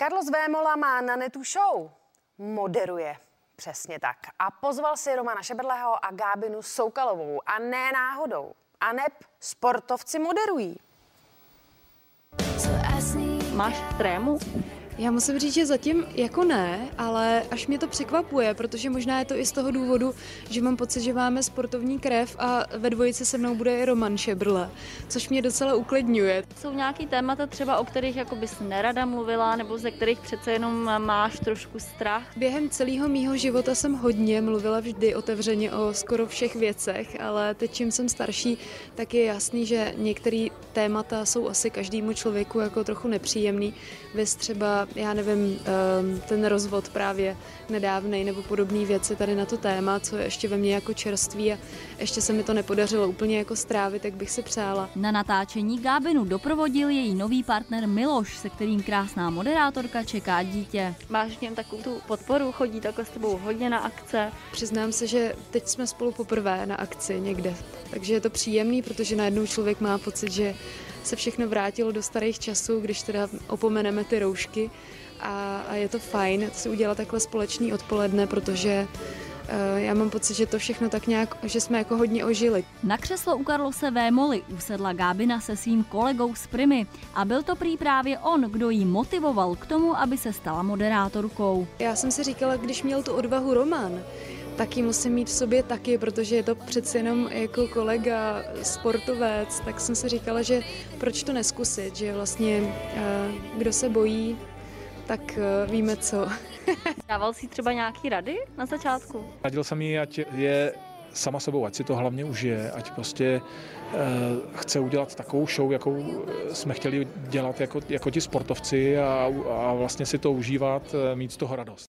Carlos Vémola má na netu show. Moderuje. Přesně tak. A pozval si Romana Šebrleho a Gábinu Soukalovou. A ne náhodou. Aneb sportovci moderují. Máš trému? Já musím říct, že zatím jako ne, ale až mě to překvapuje, protože možná je to i z toho důvodu, že mám pocit, že máme sportovní krev a ve dvojici se mnou bude i Roman Šebrle, což mě docela uklidňuje. Jsou nějaký témata třeba, o kterých jako bys nerada mluvila, nebo ze kterých přece jenom máš trošku strach? Během celého mýho života jsem hodně mluvila vždy otevřeně o skoro všech věcech, ale teď, čím jsem starší, tak je jasný, že některé témata jsou asi každému člověku jako trochu nepříjemný. Vys třeba, já nevím, ten rozvod právě nedávnej nebo podobné věci tady na to téma, co je ještě ve mně jako čerství a ještě se mi to nepodařilo úplně jako strávit, jak bych si přála. Na natáčení Gábinu doprovodil její nový partner Miloš, se kterým krásná moderátorka čeká dítě. Máš v něm takovou tu podporu, chodí takhle s tebou hodně na akce? Přiznám se, že teď jsme spolu poprvé na akci někde, takže je to příjemný, protože najednou člověk má pocit, že se všechno vrátilo do starých časů, když teda opomeneme ty roušky a je to fajn si udělat takhle společný odpoledne, protože já mám pocit, že to všechno tak nějak, že jsme jako hodně ožili. Na křeslo u Carlose Vémoly usedla Gábina se svým kolegou z Primy a byl to prý právě on, kdo ji motivoval k tomu, aby se stala moderátorkou. Já jsem si říkala, když měl tu odvahu Roman, tak ji musím mít v sobě taky, protože je to přeci jenom jako kolega, sportovec, tak jsem si říkala, že proč to neskusit, že vlastně kdo se bojí, tak víme co. Dával jsi třeba nějaký rady na začátku? Radil jsem jí, ať je sama sebou, ať si to hlavně užije, ať prostě chce udělat takovou show, jakou jsme chtěli dělat jako ti sportovci a vlastně si to užívat, mít z toho radost.